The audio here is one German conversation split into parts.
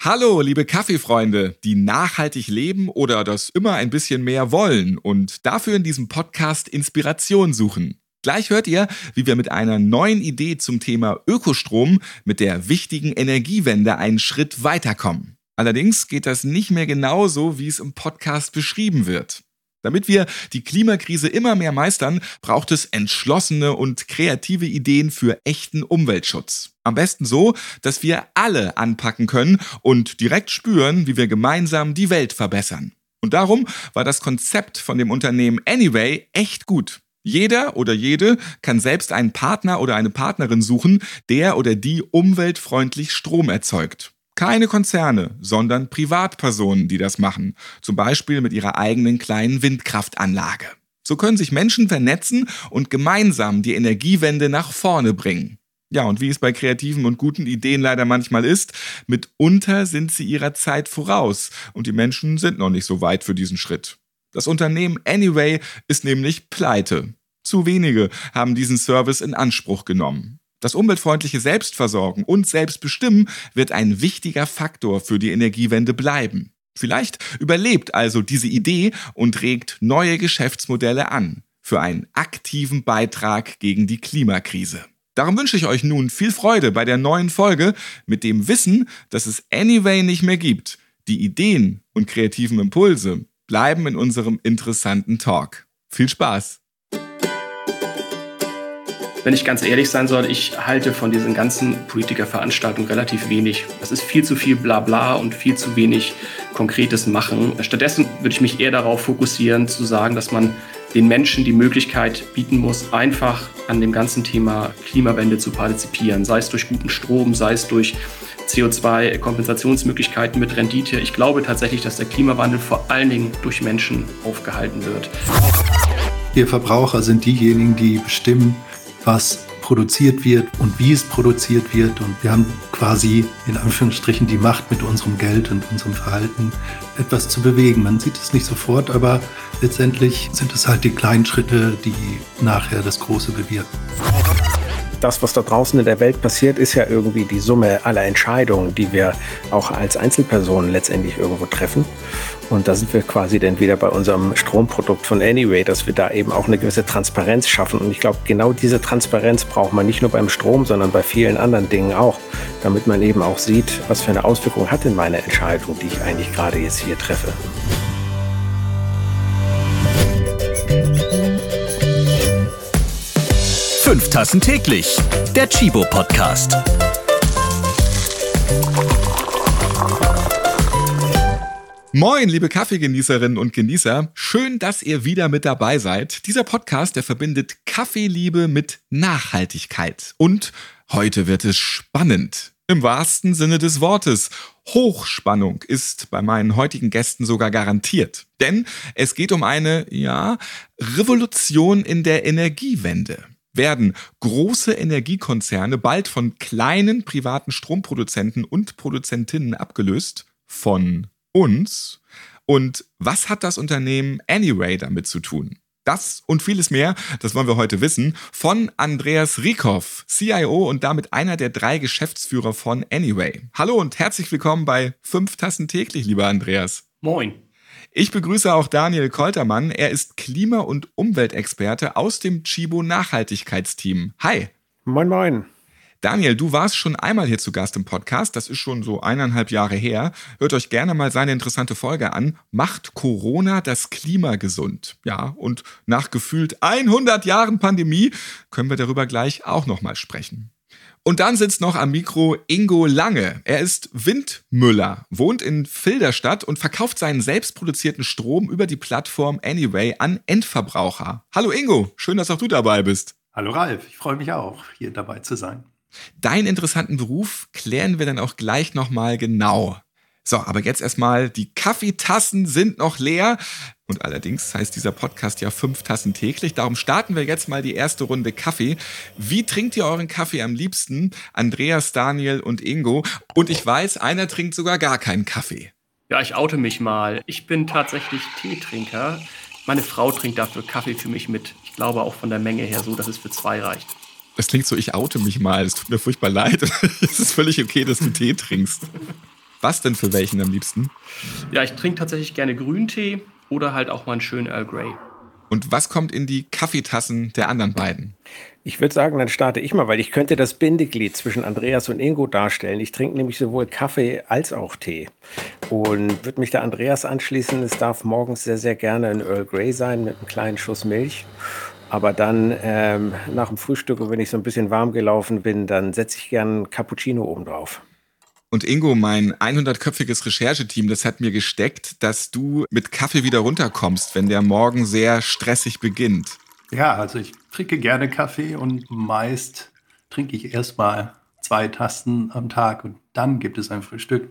Hallo, liebe Kaffeefreunde, die nachhaltig leben oder das immer ein bisschen mehr wollen und dafür in diesem Podcast Inspiration suchen. Gleich hört ihr, wie wir mit einer neuen Idee zum Thema Ökostrom mit der wichtigen Energiewende einen Schritt weiterkommen. Allerdings geht das nicht mehr genauso, wie es im Podcast beschrieben wird. Damit wir die Klimakrise immer mehr meistern, braucht es entschlossene und kreative Ideen für echten Umweltschutz. Am besten so, dass wir alle anpacken können und direkt spüren, wie wir gemeinsam die Welt verbessern. Und darum war das Konzept von dem Unternehmen Anyway echt gut. Jeder oder jede kann selbst einen Partner oder eine Partnerin suchen, der oder die umweltfreundlich Strom erzeugt. Keine Konzerne, sondern Privatpersonen, die das machen. Zum Beispiel mit ihrer eigenen kleinen Windkraftanlage. So können sich Menschen vernetzen und gemeinsam die Energiewende nach vorne bringen. Ja, und wie es bei kreativen und guten Ideen leider manchmal ist, mitunter sind sie ihrer Zeit voraus und die Menschen sind noch nicht so weit für diesen Schritt. Das Unternehmen Anyway ist nämlich pleite. Zu wenige haben diesen Service in Anspruch genommen. Das umweltfreundliche Selbstversorgen und Selbstbestimmen wird ein wichtiger Faktor für die Energiewende bleiben. Vielleicht überlebt also diese Idee und regt neue Geschäftsmodelle an für einen aktiven Beitrag gegen die Klimakrise. Darum wünsche ich euch nun viel Freude bei der neuen Folge mit dem Wissen, dass es Anyway nicht mehr gibt. Die Ideen und kreativen Impulse bleiben in unserem interessanten Talk. Viel Spaß! Wenn ich ganz ehrlich sein soll, ich halte von diesen ganzen Politikerveranstaltungen relativ wenig. Das ist viel zu viel Blabla und viel zu wenig konkretes Machen. Stattdessen würde ich mich eher darauf fokussieren, zu sagen, dass man den Menschen die Möglichkeit bieten muss, einfach an dem ganzen Thema Klimawende zu partizipieren. Sei es durch guten Strom, sei es durch CO2-Kompensationsmöglichkeiten mit Rendite. Ich glaube tatsächlich, dass der Klimawandel vor allen Dingen durch Menschen aufgehalten wird. Wir Verbraucher sind diejenigen, die bestimmen, was produziert wird und wie es produziert wird. Und wir haben quasi in Anführungsstrichen die Macht, mit unserem Geld und unserem Verhalten etwas zu bewegen. Man sieht es nicht sofort, aber letztendlich sind es halt die kleinen Schritte, die nachher das Große bewirken. Das, was da draußen in der Welt passiert, ist ja irgendwie die Summe aller Entscheidungen, die wir auch als Einzelpersonen letztendlich irgendwo treffen. Und da sind wir quasi dann wieder bei unserem Stromprodukt von Anyway, dass wir da eben auch eine gewisse Transparenz schaffen. Und ich glaube, genau diese Transparenz braucht man nicht nur beim Strom, sondern bei vielen anderen Dingen auch, damit man eben auch sieht, was für eine Auswirkung hat denn meine Entscheidung, die ich eigentlich gerade jetzt hier treffe. Fünf Tassen täglich, der Chibo-Podcast. Moin, liebe Kaffeegenießerinnen und Genießer. Schön, dass ihr wieder mit dabei seid. Dieser Podcast, der verbindet Kaffeeliebe mit Nachhaltigkeit. Und heute wird es spannend. Im wahrsten Sinne des Wortes. Hochspannung ist bei meinen heutigen Gästen sogar garantiert. Denn es geht um eine, Revolution in der Energiewende. Werden große Energiekonzerne bald von kleinen privaten Stromproduzenten und Produzentinnen abgelöst? Von uns? Und was hat das Unternehmen Anyway damit zu tun? Das und vieles mehr, das wollen wir heute wissen, von Andreas Rieckhoff, CIO und damit einer der 3 Geschäftsführer von Anyway. Hallo und herzlich willkommen bei 5 Tassen täglich, lieber Andreas. Moin. Ich begrüße auch Daniel Koltermann. Er ist Klima- und Umweltexperte aus dem Chibo Nachhaltigkeitsteam. Hi. Moin, moin. Daniel, du warst schon einmal hier zu Gast im Podcast. Das ist schon so 1,5 Jahre her. Hört euch gerne mal seine interessante Folge an. Macht Corona das Klima gesund? Ja, und nach gefühlt 100 Jahren Pandemie können wir darüber gleich auch nochmal sprechen. Und dann sitzt noch am Mikro Ingo Lange. Er ist Windmüller, wohnt in Filderstadt und verkauft seinen selbstproduzierten Strom über die Plattform Anyway an Endverbraucher. Hallo Ingo, schön, dass auch du dabei bist. Hallo Ralf, ich freue mich auch, hier dabei zu sein. Deinen interessanten Beruf klären wir dann auch gleich nochmal genau. So, aber jetzt erstmal, die Kaffeetassen sind noch leer. Und allerdings heißt dieser Podcast ja 5 Tassen täglich. Darum starten wir jetzt mal die erste Runde Kaffee. Wie trinkt ihr euren Kaffee am liebsten? Andreas, Daniel und Ingo. Und ich weiß, einer trinkt sogar gar keinen Kaffee. Ja, ich oute mich mal. Ich bin tatsächlich Teetrinker. Meine Frau trinkt dafür Kaffee für mich mit. Ich glaube auch von der Menge her so, dass es für 2 reicht. Das klingt so, ich oute mich mal. Es tut mir furchtbar leid. Es ist völlig okay, dass du Tee trinkst. Was denn für welchen am liebsten? Ja, ich trinke tatsächlich gerne Grüntee oder halt auch mal einen schönen Earl Grey. Und was kommt in die Kaffeetassen der anderen beiden? Ich würde sagen, dann starte ich mal, weil ich könnte das Bindeglied zwischen Andreas und Ingo darstellen. Ich trinke nämlich sowohl Kaffee als auch Tee und würde mich da Andreas anschließen. Es darf morgens sehr, sehr gerne ein Earl Grey sein mit einem kleinen Schuss Milch. Aber dann nach dem Frühstück und wenn ich so ein bisschen warm gelaufen bin, dann setze ich gerne einen Cappuccino oben drauf. Und Ingo, mein 100-köpfiges Rechercheteam, das hat mir gesteckt, dass du mit Kaffee wieder runterkommst, wenn der Morgen sehr stressig beginnt. Ja, also ich trinke gerne Kaffee und meist trinke ich erstmal 2 Tassen am Tag und dann gibt es ein Frühstück.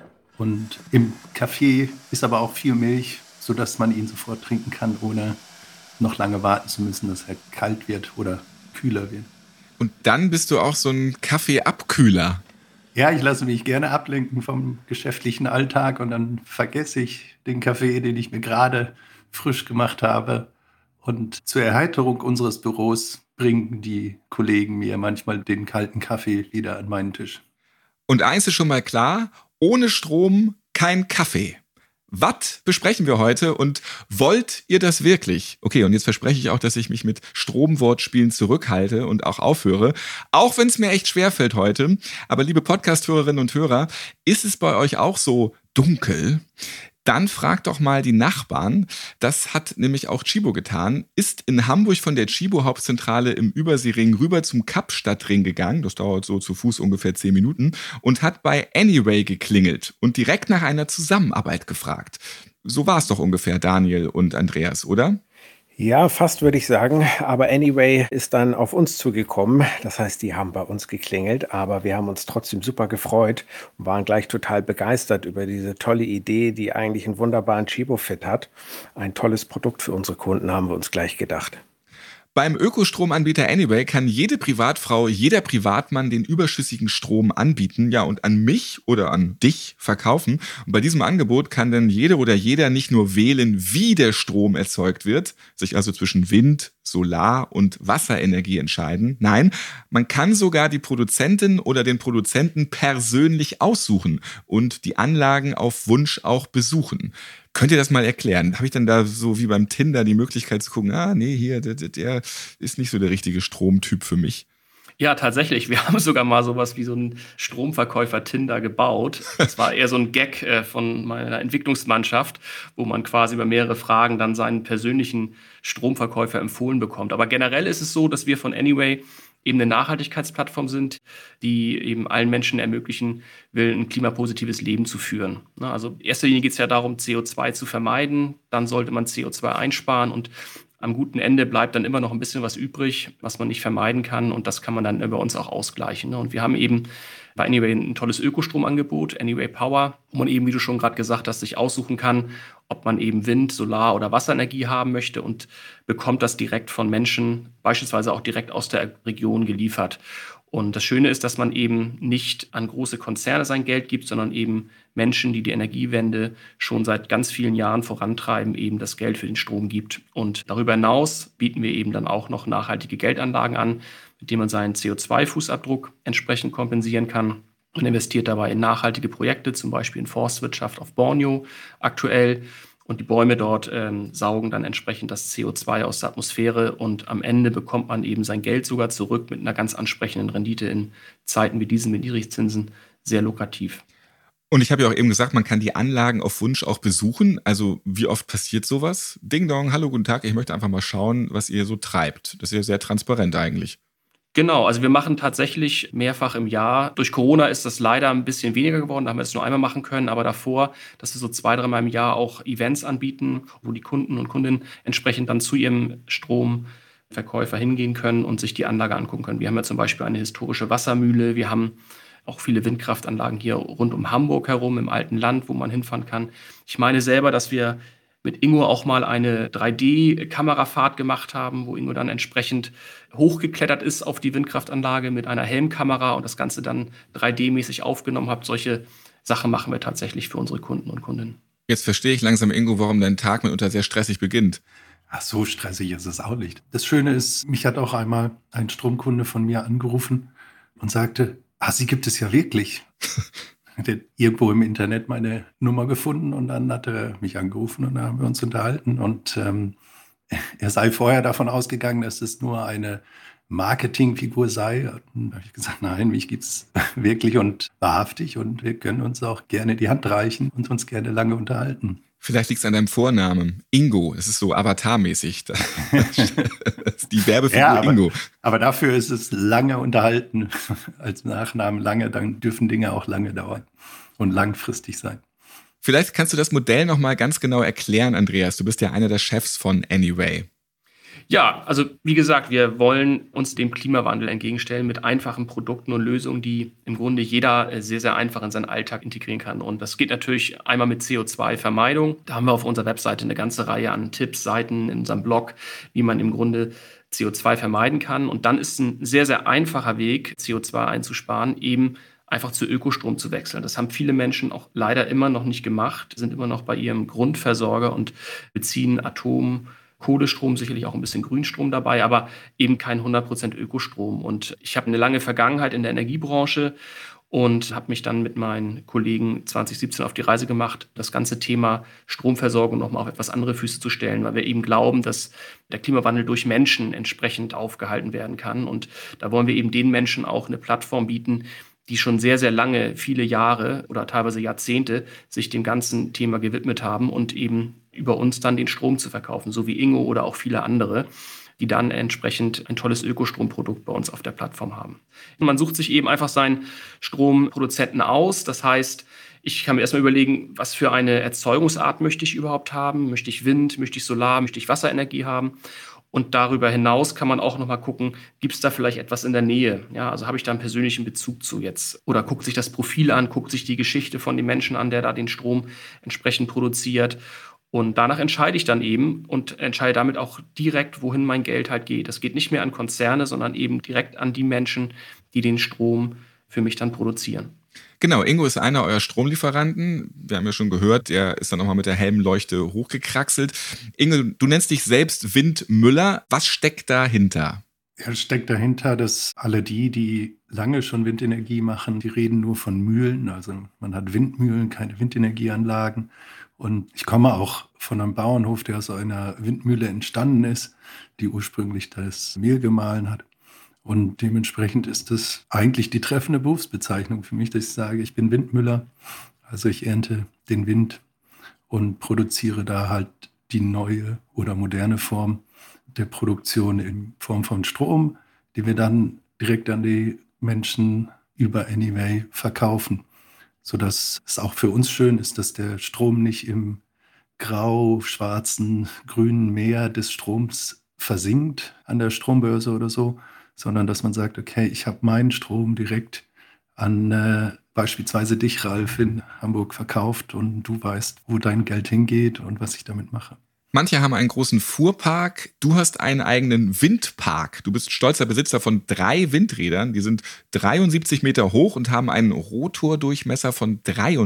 Und im Kaffee ist aber auch viel Milch, sodass man ihn sofort trinken kann, ohne noch lange warten zu müssen, dass er kalt wird oder kühler wird. Und dann bist du auch so ein Kaffeeabkühler. Ja, ich lasse mich gerne ablenken vom geschäftlichen Alltag und dann vergesse ich den Kaffee, den ich mir gerade frisch gemacht habe. Und zur Erheiterung unseres Büros bringen die Kollegen mir manchmal den kalten Kaffee wieder an meinen Tisch. Und eins ist schon mal klar, ohne Strom kein Kaffee. Was besprechen wir heute und wollt ihr das wirklich? Okay, und jetzt verspreche ich auch, dass ich mich mit Stromwortspielen zurückhalte und auch aufhöre, auch wenn es mir echt schwerfällt heute. Aber liebe Podcast-Hörerinnen und Hörer, ist es bei euch auch so dunkel? Dann fragt doch mal die Nachbarn. Das hat nämlich auch Tchibo getan. Ist in Hamburg von der Tchibo-Hauptzentrale im Überseering rüber zum Kapstadtring gegangen. Das dauert so zu Fuß ungefähr 10 Minuten. Und hat bei Anyway geklingelt und direkt nach einer Zusammenarbeit gefragt. So war es doch ungefähr, Daniel und Andreas, oder? Ja, fast würde ich sagen. Aber Anyway ist dann auf uns zugekommen. Das heißt, die haben bei uns geklingelt. Aber wir haben uns trotzdem super gefreut und waren gleich total begeistert über diese tolle Idee, die eigentlich einen wunderbaren Tchibo-Fit hat. Ein tolles Produkt für unsere Kunden, haben wir uns gleich gedacht. Beim Ökostromanbieter Anyway kann jede Privatfrau, jeder Privatmann den überschüssigen Strom anbieten, ja, und an mich oder an dich verkaufen. Und bei diesem Angebot kann dann jede oder jeder nicht nur wählen, wie der Strom erzeugt wird, sich also zwischen Wind, Solar- und Wasserenergie entscheiden. Nein, man kann sogar die Produzentin oder den Produzenten persönlich aussuchen und die Anlagen auf Wunsch auch besuchen. Könnt ihr das mal erklären? Habe ich dann da so wie beim Tinder die Möglichkeit zu gucken, nee, hier, der ist nicht so der richtige Stromtyp für mich? Ja, tatsächlich. Wir haben sogar mal sowas wie so einen Stromverkäufer Tinder gebaut. Das war eher so ein Gag von meiner Entwicklungsmannschaft, wo man quasi über mehrere Fragen dann seinen persönlichen Stromverkäufer empfohlen bekommt. Aber generell ist es so, dass wir von Anyway eben eine Nachhaltigkeitsplattform sind, die eben allen Menschen ermöglichen will, ein klimapositives Leben zu führen. Also in erster Linie geht es ja darum, CO2 zu vermeiden. Dann sollte man CO2 einsparen und am guten Ende bleibt dann immer noch ein bisschen was übrig, was man nicht vermeiden kann. Und das kann man dann über uns auch ausgleichen. Und wir haben eben bei Anyway ein tolles Ökostromangebot, Anyway Power, wo man eben, wie du schon gerade gesagt hast, sich aussuchen kann, ob man eben Wind-, Solar- oder Wasserenergie haben möchte und bekommt das direkt von Menschen, beispielsweise auch direkt aus der Region geliefert. Und das Schöne ist, dass man eben nicht an große Konzerne sein Geld gibt, sondern eben Menschen, die die Energiewende schon seit ganz vielen Jahren vorantreiben, eben das Geld für den Strom gibt. Und darüber hinaus bieten wir eben dann auch noch nachhaltige Geldanlagen an, mit denen man seinen CO2-Fußabdruck entsprechend kompensieren kann. Man investiert dabei in nachhaltige Projekte, zum Beispiel in Forstwirtschaft auf Borneo aktuell. Und die Bäume dort saugen dann entsprechend das CO2 aus der Atmosphäre. Und am Ende bekommt man eben sein Geld sogar zurück mit einer ganz ansprechenden Rendite in Zeiten wie diesen mit Niedrigzinsen. Sehr lukrativ. Und ich habe ja auch eben gesagt, man kann die Anlagen auf Wunsch auch besuchen. Also wie oft passiert sowas? Ding Dong, hallo, guten Tag. Ich möchte einfach mal schauen, was ihr so treibt. Das ist ja sehr transparent eigentlich. Genau, also wir machen tatsächlich mehrfach im Jahr. Durch Corona ist das leider ein bisschen weniger geworden, da haben wir es nur einmal machen können, aber davor, dass wir so 2-3 Mal im Jahr auch Events anbieten, wo die Kunden und Kundinnen entsprechend dann zu ihrem Stromverkäufer hingehen können und sich die Anlage angucken können. Wir haben ja zum Beispiel eine historische Wassermühle, wir haben auch viele Windkraftanlagen hier rund um Hamburg herum, im alten Land, wo man hinfahren kann. Ich meine selber, dass wir mit Ingo auch mal eine 3D-Kamerafahrt gemacht haben, wo Ingo dann entsprechend hochgeklettert ist auf die Windkraftanlage mit einer Helmkamera und das Ganze dann 3D-mäßig aufgenommen hat. Solche Sachen machen wir tatsächlich für unsere Kunden und Kundinnen. Jetzt verstehe ich langsam, Ingo, warum dein Tag mitunter sehr stressig beginnt. Ach, so stressig ist es auch nicht. Das Schöne ist, mich hat auch einmal ein Stromkunde von mir angerufen und sagte, sie gibt es ja wirklich. hat irgendwo im Internet meine Nummer gefunden und dann hat er mich angerufen und dann haben wir uns unterhalten. Und er sei vorher davon ausgegangen, dass es nur eine Marketingfigur sei. Und da habe ich gesagt, nein, mich gibt es wirklich und wahrhaftig und wir können uns auch gerne die Hand reichen und uns gerne lange unterhalten. Vielleicht liegt es an deinem Vornamen. Ingo, es ist so avatarmäßig. Das ist die Werbefigur Ingo. Aber dafür ist es lange unterhalten als Nachnamen lange, dann dürfen Dinge auch lange dauern und langfristig sein. Vielleicht kannst du das Modell nochmal ganz genau erklären, Andreas. Du bist ja einer der Chefs von Anyway. Ja, also wie gesagt, wir wollen uns dem Klimawandel entgegenstellen mit einfachen Produkten und Lösungen, die im Grunde jeder sehr, sehr einfach in seinen Alltag integrieren kann. Und das geht natürlich einmal mit CO2-Vermeidung. Da haben wir auf unserer Webseite eine ganze Reihe an Tipps, Seiten in unserem Blog, wie man im Grunde CO2 vermeiden kann. Und dann ist ein sehr, sehr einfacher Weg, CO2 einzusparen, eben einfach zu Ökostrom zu wechseln. Das haben viele Menschen auch leider immer noch nicht gemacht, sind immer noch bei ihrem Grundversorger und beziehen Kohlenstrom, sicherlich auch ein bisschen Grünstrom dabei, aber eben kein 100% Ökostrom. Und ich habe eine lange Vergangenheit in der Energiebranche und habe mich dann mit meinen Kollegen 2017 auf die Reise gemacht, das ganze Thema Stromversorgung nochmal auf etwas andere Füße zu stellen, weil wir eben glauben, dass der Klimawandel durch Menschen entsprechend aufgehalten werden kann. Und da wollen wir eben den Menschen auch eine Plattform bieten, die schon sehr, sehr lange, viele Jahre oder teilweise Jahrzehnte sich dem ganzen Thema gewidmet haben und eben über uns dann den Strom zu verkaufen, so wie Ingo oder auch viele andere, die dann entsprechend ein tolles Ökostromprodukt bei uns auf der Plattform haben. Und man sucht sich eben einfach seinen Stromproduzenten aus. Das heißt, ich kann mir erstmal überlegen, was für eine Erzeugungsart möchte ich überhaupt haben? Möchte ich Wind, möchte ich Solar, möchte ich Wasserenergie haben? Und darüber hinaus kann man auch noch mal gucken, gibt es da vielleicht etwas in der Nähe? Ja, also habe ich da einen persönlichen Bezug zu jetzt? Oder guckt sich das Profil an, guckt sich die Geschichte von dem Menschen an, der da den Strom entsprechend produziert. Und danach entscheide ich dann eben und entscheide damit auch direkt, wohin mein Geld halt geht. Das geht nicht mehr an Konzerne, sondern eben direkt an die Menschen, die den Strom für mich dann produzieren. Genau, Ingo ist einer eurer Stromlieferanten. Wir haben ja schon gehört, der ist dann nochmal mit der Helmleuchte hochgekraxelt. Ingo, du nennst dich selbst Windmüller. Was steckt dahinter? Ja, steckt dahinter, dass alle die lange schon Windenergie machen, die reden nur von Mühlen. Also man hat Windmühlen, keine Windenergieanlagen. Und ich komme auch von einem Bauernhof, der aus einer Windmühle entstanden ist, die ursprünglich das Mehl gemahlen hat. Und dementsprechend ist es eigentlich die treffende Berufsbezeichnung für mich, dass ich sage, ich bin Windmüller. Also ich ernte den Wind und produziere da halt die neue oder moderne Form der Produktion in Form von Strom, die wir dann direkt an die Menschen über Anyway verkaufen. Sodass es auch für uns schön ist, dass der Strom nicht im grau, schwarzen, grünen Meer des Stroms versinkt an der Strombörse oder so, sondern dass man sagt, okay, ich habe meinen Strom direkt an beispielsweise dich, Ralf, in Hamburg verkauft und du weißt, wo dein Geld hingeht und was ich damit mache. Manche haben einen großen Fuhrpark, du hast einen eigenen Windpark. Du bist stolzer Besitzer von 3 Windrädern, die sind 73 Meter hoch und haben einen Rotordurchmesser von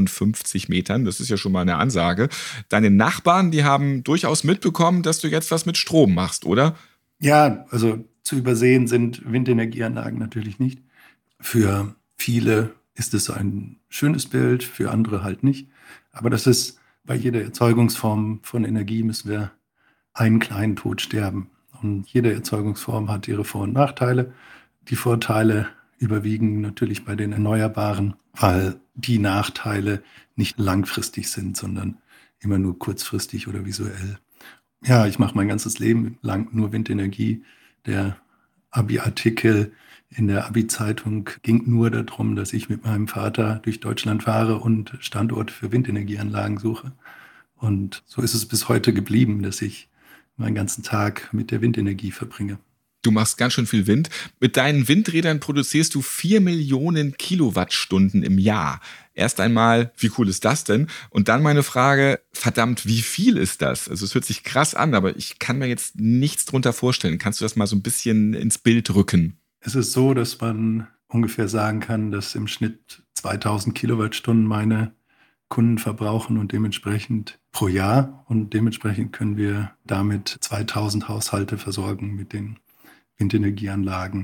53 Metern. Das ist ja schon mal eine Ansage. Deine Nachbarn, die haben durchaus mitbekommen, dass du jetzt was mit Strom machst, oder? Ja, also zu übersehen sind Windenergieanlagen natürlich nicht. Für viele ist es ein schönes Bild, für andere halt nicht. Aber das ist bei jeder Erzeugungsform von Energie müssen wir einen kleinen Tod sterben. Und jede Erzeugungsform hat ihre Vor- und Nachteile. Die Vorteile überwiegen natürlich bei den Erneuerbaren, weil die Nachteile nicht langfristig sind, sondern immer nur kurzfristig oder visuell. Ja, ich mache mein ganzes Leben lang nur Windenergie. Der Abi-Artikel in der Abi-Zeitung ging nur darum, dass ich mit meinem Vater durch Deutschland fahre und Standort für Windenergieanlagen suche. Und so ist es bis heute geblieben, dass ich meinen ganzen Tag mit der Windenergie verbringe. Du machst ganz schön viel Wind. Mit deinen Windrädern produzierst du 4 Millionen Kilowattstunden im Jahr. Erst einmal, wie cool ist das denn? Und dann meine Frage, verdammt, wie viel ist das? Also es hört sich krass an, aber ich kann mir jetzt nichts drunter vorstellen. Kannst du das mal so ein bisschen ins Bild rücken? Es ist so, dass man ungefähr sagen kann, dass im Schnitt 2000 Kilowattstunden meine Kunden verbrauchen und dementsprechend pro Jahr. Und dementsprechend können wir damit 2000 Haushalte versorgen mit den Windenergieanlagen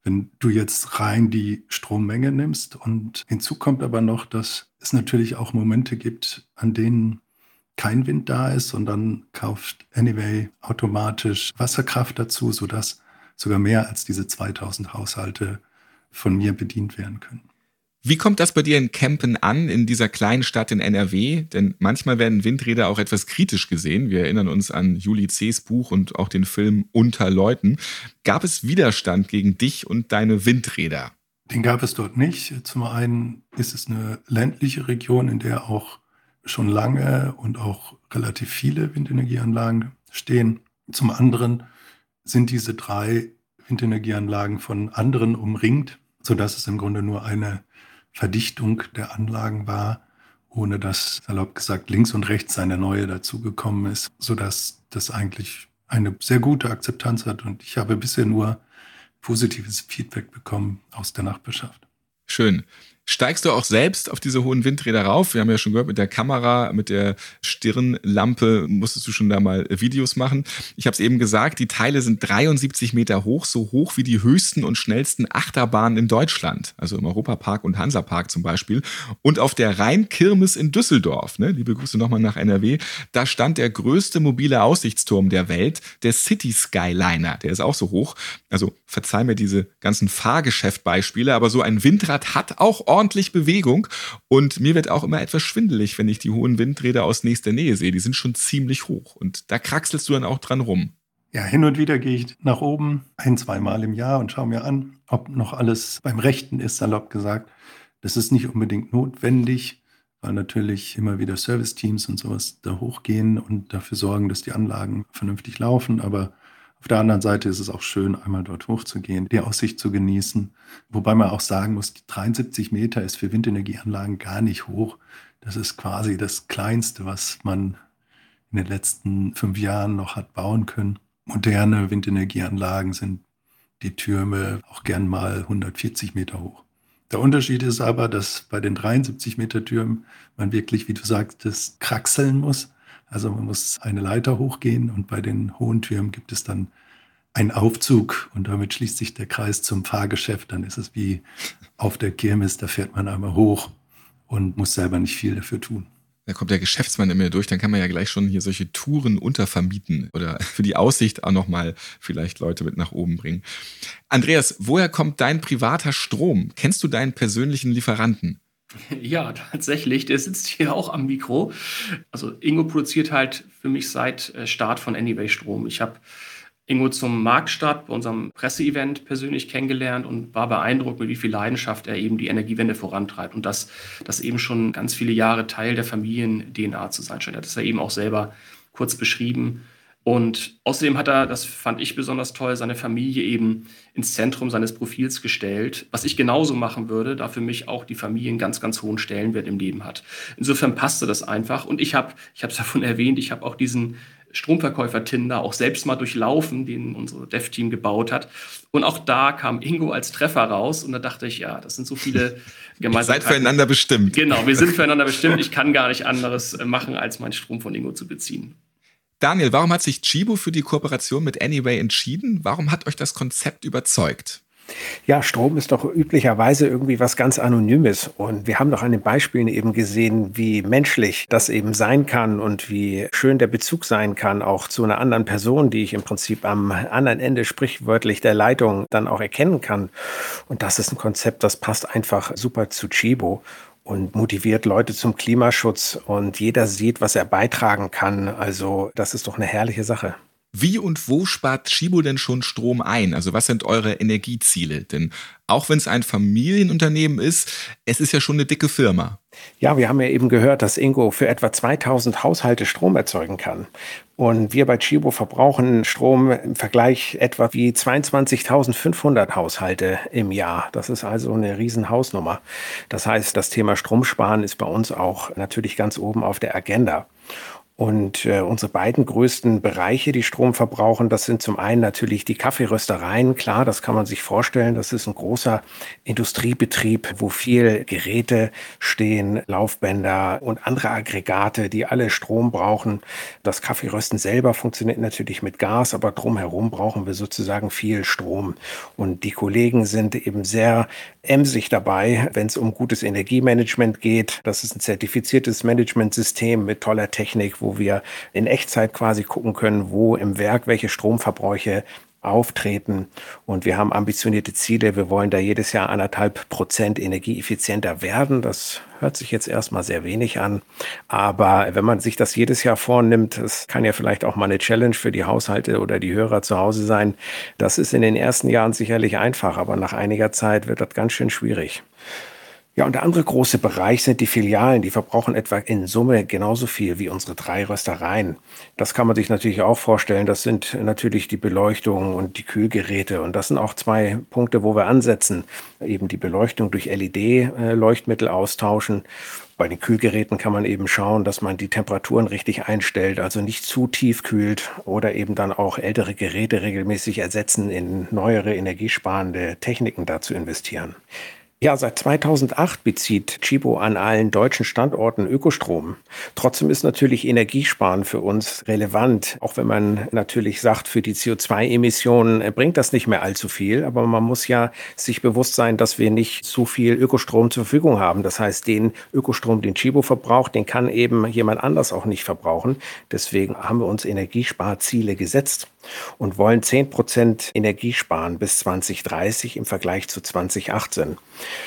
wenn du jetzt rein die Strommenge nimmst. Und hinzu kommt aber noch, dass es natürlich auch Momente gibt, an denen kein Wind da ist und dann kauft Anyway automatisch Wasserkraft dazu, sodass sogar mehr als diese 2000 Haushalte von mir bedient werden können. Wie kommt das bei dir in Kempen an, in dieser kleinen Stadt in NRW? Denn manchmal werden Windräder auch etwas kritisch gesehen. Wir erinnern uns an Juli C.'s Buch und auch den Film Unter Leuten. Gab es Widerstand gegen dich und deine Windräder? Den gab es dort nicht. Zum einen ist es eine ländliche Region, in der auch schon lange und auch relativ viele Windenergieanlagen stehen. Zum anderen sind diese 3 Windenergieanlagen von anderen umringt, sodass es im Grunde nur eine Verdichtung der Anlagen war, ohne dass, salopp gesagt, links und rechts eine neue dazugekommen ist, sodass das eigentlich eine sehr gute Akzeptanz hat. Und ich habe bisher nur positives Feedback bekommen aus der Nachbarschaft. Schön. Steigst du auch selbst auf diese hohen Windräder rauf? Wir haben ja schon gehört, mit der Kamera, mit der Stirnlampe musstest du schon da mal Videos machen. Ich habe es eben gesagt, die Teile sind 73 Meter hoch, so hoch wie die höchsten und schnellsten Achterbahnen in Deutschland. Also im Europapark und Hansapark zum Beispiel. Und auf der Rheinkirmes in Düsseldorf, ne, liebe Grüße nochmal nach NRW, da stand der größte mobile Aussichtsturm der Welt, der City Skyliner. Der ist auch so hoch. Also verzeih mir diese ganzen Fahrgeschäftbeispiele, aber so ein Windrad hat auch ordentlich Bewegung und mir wird auch immer etwas schwindelig, wenn ich die hohen Windräder aus nächster Nähe sehe. Die sind schon ziemlich hoch und da kraxelst du dann auch dran rum. Ja, hin und wieder gehe ich nach oben 1-2 Mal im Jahr und schaue mir an, ob noch alles beim Rechten ist, salopp gesagt. Das ist nicht unbedingt notwendig, weil natürlich immer wieder Serviceteams und sowas da hochgehen und dafür sorgen, dass die Anlagen vernünftig laufen, aber auf der anderen Seite ist es auch schön, einmal dort hochzugehen, die Aussicht zu genießen. Wobei man auch sagen muss, die 73 Meter ist für Windenergieanlagen gar nicht hoch. Das ist quasi das Kleinste, was man in den letzten 5 Jahren noch hat bauen können. Moderne Windenergieanlagen sind die Türme auch gern mal 140 Meter hoch. Der Unterschied ist aber, dass bei den 73 Meter Türmen man wirklich, wie du sagtest, kraxeln muss. Also man muss eine Leiter hochgehen und bei den hohen Türmen gibt es dann einen Aufzug und damit schließt sich der Kreis zum Fahrgeschäft. Dann ist es wie auf der Kirmes, da fährt man einmal hoch und muss selber nicht viel dafür tun. Da kommt der Geschäftsmann in mir durch, dann kann man ja gleich schon hier solche Touren untervermieten oder für die Aussicht auch nochmal vielleicht Leute mit nach oben bringen. Andreas, woher kommt dein privater Strom? Kennst du deinen persönlichen Lieferanten? Ja, tatsächlich. Der sitzt hier auch am Mikro. Also Ingo produziert halt für mich seit Start von Anyway Strom. Ich habe Ingo zum Marktstart bei unserem Presseevent persönlich kennengelernt und war beeindruckt, mit wie viel Leidenschaft er eben die Energiewende vorantreibt und dass das eben schon ganz viele Jahre Teil der Familien-DNA zu sein scheint. Er hat das ja eben auch selber kurz beschrieben. Und außerdem hat er, das fand ich besonders toll, seine Familie eben ins Zentrum seines Profils gestellt, was ich genauso machen würde, da für mich auch die Familie einen ganz, ganz hohen Stellenwert im Leben hat. Insofern passte das einfach. Und ich habe es davon erwähnt, ich habe auch diesen Stromverkäufer-Tinder auch selbst mal durchlaufen, den unser Dev-Team gebaut hat. Und auch da kam Ingo als Treffer raus. Und da dachte ich, ja, das sind so viele Gemeinsamkeiten. Seid füreinander bestimmt. Genau, wir sind füreinander bestimmt. Ich kann gar nicht anderes machen, als meinen Strom von Ingo zu beziehen. Daniel, warum hat sich Chibo für die Kooperation mit Anyway entschieden? Warum hat euch das Konzept überzeugt? Ja, Strom ist doch üblicherweise irgendwie was ganz Anonymes. Und wir haben doch an den Beispielen eben gesehen, wie menschlich das eben sein kann und wie schön der Bezug sein kann, auch zu einer anderen Person, die ich im Prinzip am anderen Ende sprichwörtlich der Leitung dann auch erkennen kann. Und das ist ein Konzept, das passt einfach super zu Chibo und motiviert Leute zum Klimaschutz. Und jeder sieht, was er beitragen kann. Also das ist doch eine herrliche Sache. Wie und wo spart Chibo denn schon Strom ein? Also was sind eure Energieziele? Denn auch wenn es ein Familienunternehmen ist, es ist ja schon eine dicke Firma. Ja, wir haben ja eben gehört, dass Ingo für etwa 2000 Haushalte Strom erzeugen kann. Und wir bei Chibo verbrauchen Strom im Vergleich etwa wie 22.500 Haushalte im Jahr. Das ist also eine riesen Hausnummer. Das heißt, das Thema Stromsparen ist bei uns auch natürlich ganz oben auf der Agenda. Und unsere beiden größten Bereiche, die Strom verbrauchen, das sind zum einen natürlich die Kaffeeröstereien. Klar, das kann man sich vorstellen. Das ist ein großer Industriebetrieb, wo viel Geräte stehen, Laufbänder und andere Aggregate, die alle Strom brauchen. Das Kaffeerösten selber funktioniert natürlich mit Gas, aber drumherum brauchen wir sozusagen viel Strom. Und die Kollegen sind eben sehr emsig dabei, wenn es um gutes Energiemanagement geht. Das ist ein zertifiziertes Managementsystem mit toller Technik, wo wir in Echtzeit quasi gucken können, wo im Werk welche Stromverbräuche auftreten. Und wir haben ambitionierte Ziele. Wir wollen da jedes Jahr 1,5% energieeffizienter werden. Das hört sich jetzt erstmal sehr wenig an. Aber wenn man sich das jedes Jahr vornimmt, das kann ja vielleicht auch mal eine Challenge für die Haushalte oder die Hörer zu Hause sein. Das ist in den ersten Jahren sicherlich einfach, aber nach einiger Zeit wird das ganz schön schwierig. Ja, und der andere große Bereich sind die Filialen. Die verbrauchen etwa in Summe genauso viel wie unsere 3 Röstereien. Das kann man sich natürlich auch vorstellen. Das sind natürlich die Beleuchtung und die Kühlgeräte. Und das sind auch 2 Punkte, wo wir ansetzen. Eben die Beleuchtung durch LED-Leuchtmittel austauschen. Bei den Kühlgeräten kann man eben schauen, dass man die Temperaturen richtig einstellt, also nicht zu tief kühlt oder eben dann auch ältere Geräte regelmäßig ersetzen, in neuere energiesparende Techniken dazu investieren. Ja, seit 2008 bezieht Tchibo an allen deutschen Standorten Ökostrom. Trotzdem ist natürlich Energiesparen für uns relevant, auch wenn man natürlich sagt, für die CO2-Emissionen bringt das nicht mehr allzu viel. Aber man muss ja sich bewusst sein, dass wir nicht so viel Ökostrom zur Verfügung haben. Das heißt, den Ökostrom, den Tchibo verbraucht, den kann eben jemand anders auch nicht verbrauchen. Deswegen haben wir uns Energiesparziele gesetzt und wollen 10% Energie sparen bis 2030 im Vergleich zu 2018.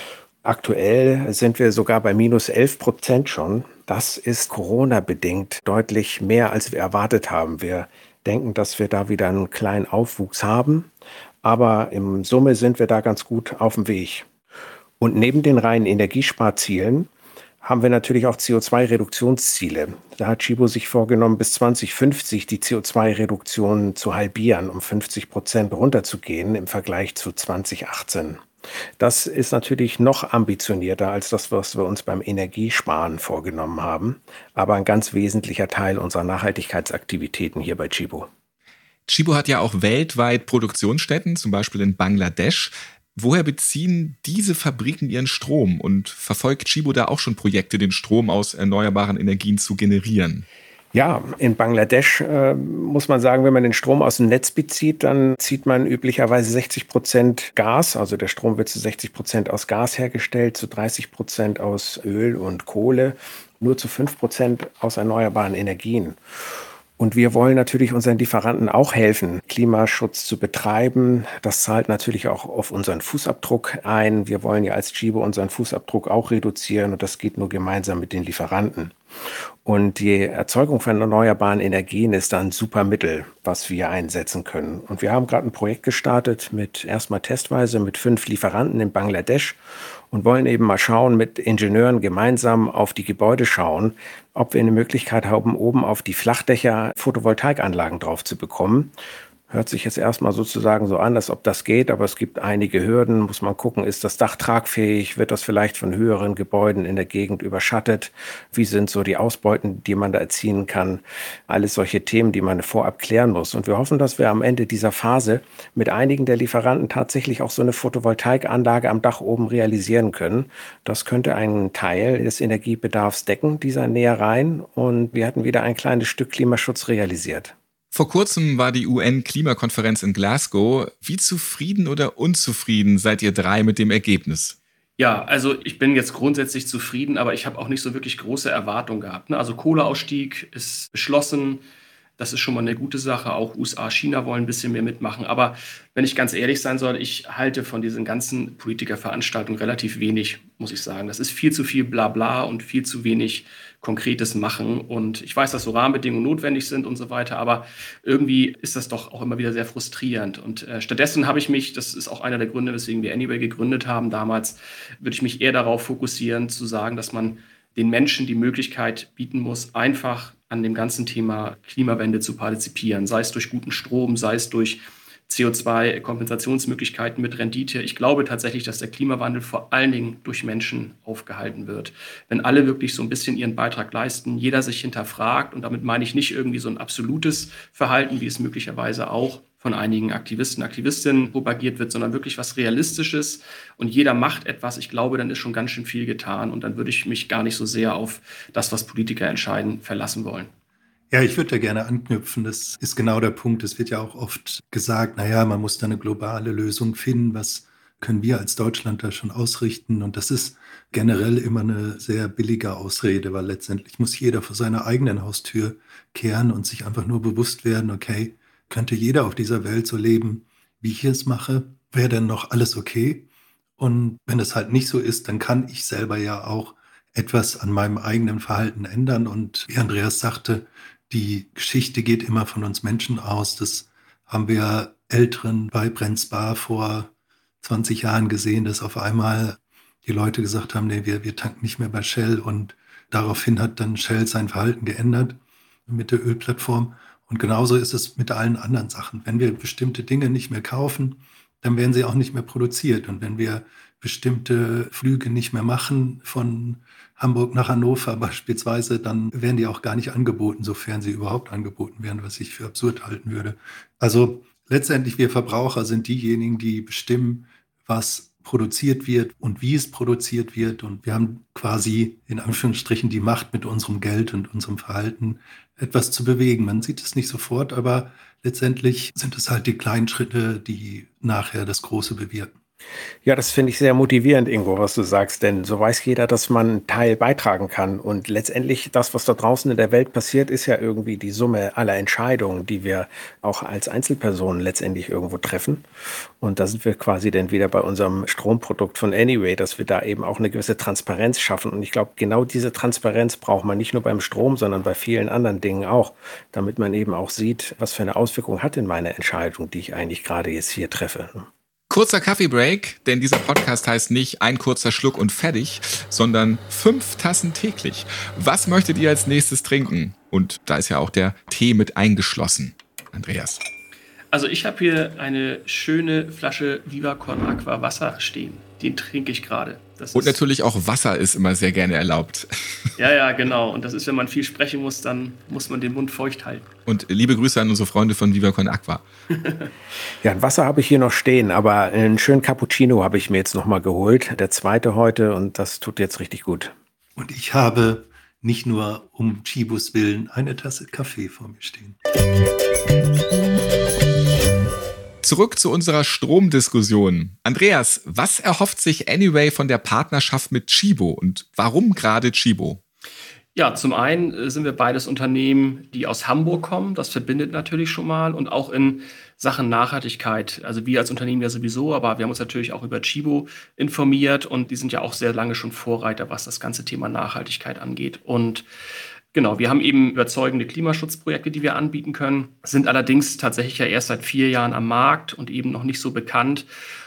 Aktuell sind wir sogar bei minus 11% schon. Das ist Corona-bedingt deutlich mehr, als wir erwartet haben. Wir denken, dass wir da wieder einen kleinen Aufwuchs haben, aber in Summe sind wir da ganz gut auf dem Weg. Und neben den reinen Energiesparzielen haben wir natürlich auch CO2-Reduktionsziele. Da hat Tchibo sich vorgenommen, bis 2050 die CO2-Reduktion zu halbieren, um 50% runterzugehen im Vergleich zu 2018. Das ist natürlich noch ambitionierter als das, was wir uns beim Energiesparen vorgenommen haben, aber ein ganz wesentlicher Teil unserer Nachhaltigkeitsaktivitäten hier bei Tchibo. Tchibo hat ja auch weltweit Produktionsstätten, zum Beispiel in Bangladesch. Woher beziehen diese Fabriken ihren Strom und verfolgt Tchibo da auch schon Projekte, den Strom aus erneuerbaren Energien zu generieren? Ja, in Bangladesch muss man sagen, wenn man den Strom aus dem Netz bezieht, dann zieht man üblicherweise 60% Gas. Also der Strom wird zu 60% aus Gas hergestellt, zu 30% aus Öl und Kohle, nur zu 5% aus erneuerbaren Energien. Und wir wollen natürlich unseren Lieferanten auch helfen, Klimaschutz zu betreiben. Das zahlt natürlich auch auf unseren Fußabdruck ein. Wir wollen ja als Tchibo unseren Fußabdruck auch reduzieren und das geht nur gemeinsam mit den Lieferanten. Und die Erzeugung von erneuerbaren Energien ist dann ein super Mittel, was wir einsetzen können. Und wir haben gerade ein Projekt gestartet mit erstmal testweise mit 5 Lieferanten in Bangladesch und wollen eben mal schauen, mit Ingenieuren gemeinsam auf die Gebäude schauen, ob wir eine Möglichkeit haben, oben auf die Flachdächer Photovoltaikanlagen drauf zu bekommen. Hört sich jetzt erstmal sozusagen so an, als ob das geht, aber es gibt einige Hürden. Muss man gucken, ist das Dach tragfähig? Wird das vielleicht von höheren Gebäuden in der Gegend überschattet? Wie sind so die Ausbeuten, die man da erzielen kann? Alles solche Themen, die man vorab klären muss. Und wir hoffen, dass wir am Ende dieser Phase mit einigen der Lieferanten tatsächlich auch so eine Photovoltaikanlage am Dach oben realisieren können. Das könnte einen Teil des Energiebedarfs decken, dieser Nähereien. Und wir hatten wieder ein kleines Stück Klimaschutz realisiert. Vor kurzem war die UN-Klimakonferenz in Glasgow. Wie zufrieden oder unzufrieden seid ihr 3 mit dem Ergebnis? Ja, also ich bin jetzt grundsätzlich zufrieden, aber ich habe auch nicht so wirklich große Erwartungen gehabt. Also Kohleausstieg ist beschlossen. Das ist schon mal eine gute Sache. Auch USA, China wollen ein bisschen mehr mitmachen. Aber wenn ich ganz ehrlich sein soll, ich halte von diesen ganzen Politikerveranstaltungen relativ wenig, muss ich sagen. Das ist viel zu viel Blabla und viel zu wenig konkretes Machen. Und ich weiß, dass so Rahmenbedingungen notwendig sind und so weiter. Aber irgendwie ist das doch auch immer wieder sehr frustrierend. Und stattdessen habe ich mich, das ist auch einer der Gründe, weswegen wir Anyway gegründet haben damals, würde ich mich eher darauf fokussieren, zu sagen, dass man den Menschen die Möglichkeit bieten muss, einfach an dem ganzen Thema Klimawende zu partizipieren, sei es durch guten Strom, sei es durch CO2-Kompensationsmöglichkeiten mit Rendite. Ich glaube tatsächlich, dass der Klimawandel vor allen Dingen durch Menschen aufgehalten wird. Wenn alle wirklich so ein bisschen ihren Beitrag leisten, jeder sich hinterfragt, und damit meine ich nicht irgendwie so ein absolutes Verhalten, wie es möglicherweise auch von einigen Aktivisten, Aktivistinnen propagiert wird, sondern wirklich was Realistisches, und jeder macht etwas, ich glaube, dann ist schon ganz schön viel getan, und dann würde ich mich gar nicht so sehr auf das, was Politiker entscheiden, verlassen wollen. Ja, ich würde da gerne anknüpfen. Das ist genau der Punkt. Es wird ja auch oft gesagt, naja, man muss da eine globale Lösung finden. Was können wir als Deutschland da schon ausrichten? Und das ist generell immer eine sehr billige Ausrede, weil letztendlich muss jeder vor seiner eigenen Haustür kehren und sich einfach nur bewusst werden, okay, könnte jeder auf dieser Welt so leben, wie ich es mache? Wäre denn noch alles okay? Und wenn es halt nicht so ist, dann kann ich selber ja auch etwas an meinem eigenen Verhalten ändern. Und wie Andreas sagte, die Geschichte geht immer von uns Menschen aus. Das haben wir Älteren bei Brenzbar vor 20 Jahren gesehen, dass auf einmal die Leute gesagt haben, nee, wir tanken nicht mehr bei Shell. Und daraufhin hat dann Shell sein Verhalten geändert mit der Ölplattform. Und genauso ist es mit allen anderen Sachen. Wenn wir bestimmte Dinge nicht mehr kaufen, dann werden sie auch nicht mehr produziert. Und wenn wir bestimmte Flüge nicht mehr machen, von Hamburg nach Hannover beispielsweise, dann werden die auch gar nicht angeboten, sofern sie überhaupt angeboten werden, was ich für absurd halten würde. Also letztendlich wir Verbraucher sind diejenigen, die bestimmen, was produziert wird und wie es produziert wird. Und wir haben quasi in Anführungsstrichen die Macht, mit unserem Geld und unserem Verhalten etwas zu bewegen. Man sieht es nicht sofort, aber letztendlich sind es halt die kleinen Schritte, die nachher das Große bewirken. Ja, das finde ich sehr motivierend, Ingo, was du sagst, denn so weiß jeder, dass man einen Teil beitragen kann. Und letztendlich das, was da draußen in der Welt passiert, ist ja irgendwie die Summe aller Entscheidungen, die wir auch als Einzelpersonen letztendlich irgendwo treffen. Und da sind wir quasi dann wieder bei unserem Stromprodukt von Anyway, dass wir da eben auch eine gewisse Transparenz schaffen. Und ich glaube, genau diese Transparenz braucht man nicht nur beim Strom, sondern bei vielen anderen Dingen auch, damit man eben auch sieht, was für eine Auswirkung hat denn meine Entscheidung, die ich eigentlich gerade jetzt hier treffe. Kurzer Kaffeebreak, denn dieser Podcast heißt nicht ein kurzer Schluck und fertig, sondern 5 Tassen täglich. Was möchtet ihr als nächstes trinken? Und da ist ja auch der Tee mit eingeschlossen. Andreas. Also ich habe hier eine schöne Flasche Viva Con Aqua Wasser stehen. Den trinke ich gerade. Und natürlich auch Wasser ist immer sehr gerne erlaubt. Ja, genau. Und das ist, wenn man viel sprechen muss, dann muss man den Mund feucht halten. Und liebe Grüße an unsere Freunde von Viva Con Aqua. Ja, ein Wasser habe ich hier noch stehen, aber einen schönen Cappuccino habe ich mir jetzt nochmal geholt. Der zweite heute, und das tut jetzt richtig gut. Und ich habe nicht nur um Chibos Willen eine Tasse Kaffee vor mir stehen. Zurück zu unserer Stromdiskussion. Andreas, was erhofft sich Anyway von der Partnerschaft mit Chibo und warum gerade Chibo? Ja, zum einen sind wir beides Unternehmen, die aus Hamburg kommen. Das verbindet natürlich schon mal. Und auch in Sachen Nachhaltigkeit. Also wir als Unternehmen ja sowieso, aber wir haben uns natürlich auch über Chibo informiert. Und die sind ja auch sehr lange schon Vorreiter, was das ganze Thema Nachhaltigkeit angeht. Und genau, wir haben eben überzeugende Klimaschutzprojekte, die wir anbieten können, sind allerdings tatsächlich ja erst seit 4 Jahren am Markt und eben noch nicht so bekannt.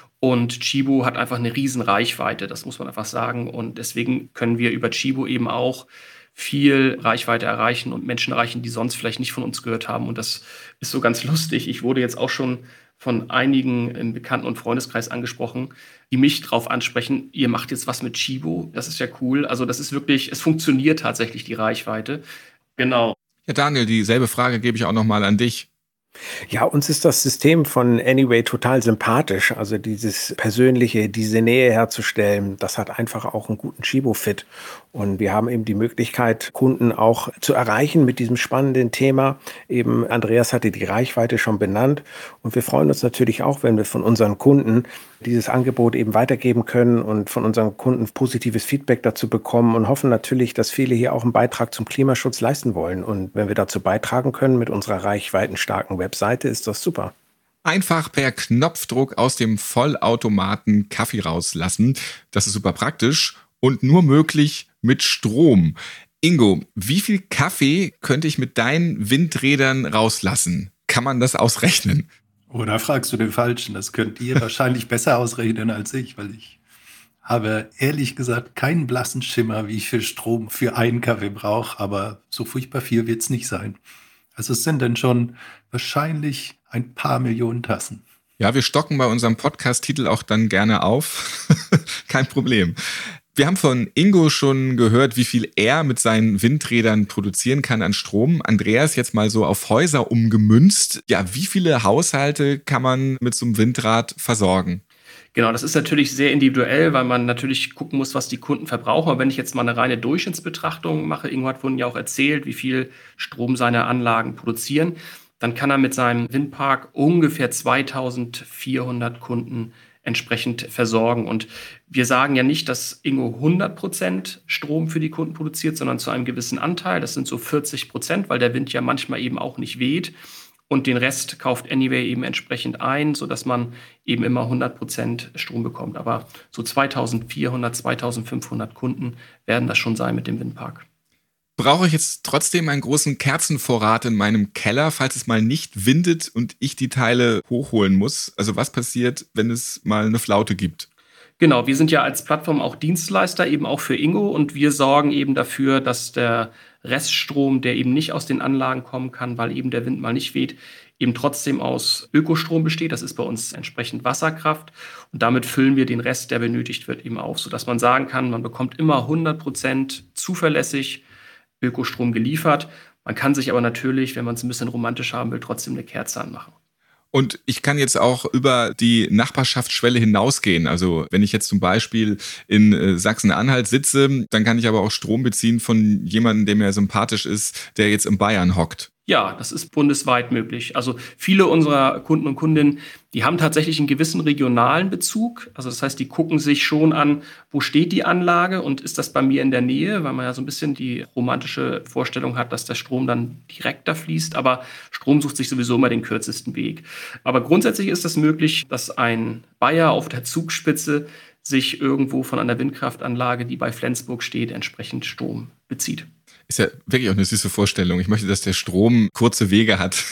Und Chibo hat einfach eine riesen Reichweite, das muss man einfach sagen. Und deswegen können wir über Chibo eben auch viel Reichweite erreichen und Menschen erreichen, die sonst vielleicht nicht von uns gehört haben. Und das ist so ganz lustig. Ich wurde jetzt auch schon von einigen im Bekannten- und Freundeskreis angesprochen, die mich drauf ansprechen, ihr macht jetzt was mit Chibo, das ist ja cool. Also das ist wirklich, es funktioniert tatsächlich, die Reichweite. Genau. Ja, Daniel, dieselbe Frage gebe ich auch nochmal an dich. Ja, uns ist das System von Anyway total sympathisch. Also dieses Persönliche, diese Nähe herzustellen, das hat einfach auch einen guten Chibo-Fit. Und wir haben eben die Möglichkeit, Kunden auch zu erreichen mit diesem spannenden Thema. Eben Andreas hatte die Reichweite schon benannt. Und wir freuen uns natürlich auch, wenn wir von unseren Kunden dieses Angebot eben weitergeben können und von unseren Kunden positives Feedback dazu bekommen und hoffen natürlich, dass viele hier auch einen Beitrag zum Klimaschutz leisten wollen. Und wenn wir dazu beitragen können mit unserer reichweitenstarken Webseite, ist das super. Einfach per Knopfdruck aus dem Vollautomaten Kaffee rauslassen. Das ist super praktisch und nur möglich mit Strom. Ingo, wie viel Kaffee könnte ich mit deinen Windrädern rauslassen? Kann man das ausrechnen? Oder fragst du den Falschen? Das könnt ihr wahrscheinlich besser ausrechnen als ich, weil ich habe ehrlich gesagt keinen blassen Schimmer, wie viel Strom für einen Kaffee brauche, aber so furchtbar viel wird es nicht sein. Also es sind dann schon wahrscheinlich ein paar Millionen Tassen. Ja, wir stocken bei unserem Podcast-Titel auch dann gerne auf. Kein Problem. Wir haben von Ingo schon gehört, wie viel er mit seinen Windrädern produzieren kann an Strom. Andreas, jetzt mal so auf Häuser umgemünzt. Ja, wie viele Haushalte kann man mit so einem Windrad versorgen? Genau, das ist natürlich sehr individuell, weil man natürlich gucken muss, was die Kunden verbrauchen. Aber wenn ich jetzt mal eine reine Durchschnittsbetrachtung mache, Ingo hat vorhin ja auch erzählt, wie viel Strom seine Anlagen produzieren, dann kann er mit seinem Windpark ungefähr 2400 Kunden entsprechend versorgen. Und wir sagen ja nicht, dass Ingo 100% Strom für die Kunden produziert, sondern zu einem gewissen Anteil. Das sind so 40%, weil der Wind ja manchmal eben auch nicht weht. Und den Rest kauft Anyway eben entsprechend ein, sodass man eben immer 100% Strom bekommt. Aber so 2400, 2500 Kunden werden das schon sein mit dem Windpark. Brauche ich jetzt trotzdem einen großen Kerzenvorrat in meinem Keller, falls es mal nicht windet und ich die Teile hochholen muss? Also was passiert, wenn es mal eine Flaute gibt? Genau, wir sind ja als Plattform auch Dienstleister eben auch für Ingo und wir sorgen eben dafür, dass der Reststrom, der eben nicht aus den Anlagen kommen kann, weil eben der Wind mal nicht weht, eben trotzdem aus Ökostrom besteht. Das ist bei uns entsprechend Wasserkraft und damit füllen wir den Rest, der benötigt wird, eben auf, sodass man sagen kann, man bekommt immer 100% zuverlässig Ökostrom geliefert. Man kann sich aber natürlich, wenn man es ein bisschen romantisch haben will, trotzdem eine Kerze anmachen. Und ich kann jetzt auch über die Nachbarschaftsschwelle hinausgehen. Also wenn ich jetzt zum Beispiel in Sachsen-Anhalt sitze, dann kann ich aber auch Strom beziehen von jemandem, der mir sympathisch ist, der jetzt in Bayern hockt. Ja, das ist bundesweit möglich. Also viele unserer Kunden und Kundinnen, die haben tatsächlich einen gewissen regionalen Bezug. Also das heißt, die gucken sich schon an, wo steht die Anlage und ist das bei mir in der Nähe, weil man ja so ein bisschen die romantische Vorstellung hat, dass der Strom dann direkt da fließt. Aber Strom sucht sich sowieso immer den kürzesten Weg. Aber grundsätzlich ist das möglich, dass ein Bayer auf der Zugspitze sich irgendwo von einer Windkraftanlage, die bei Flensburg steht, entsprechend Strom bezieht. Ist ja wirklich auch eine süße Vorstellung. Ich möchte, dass der Strom kurze Wege hat.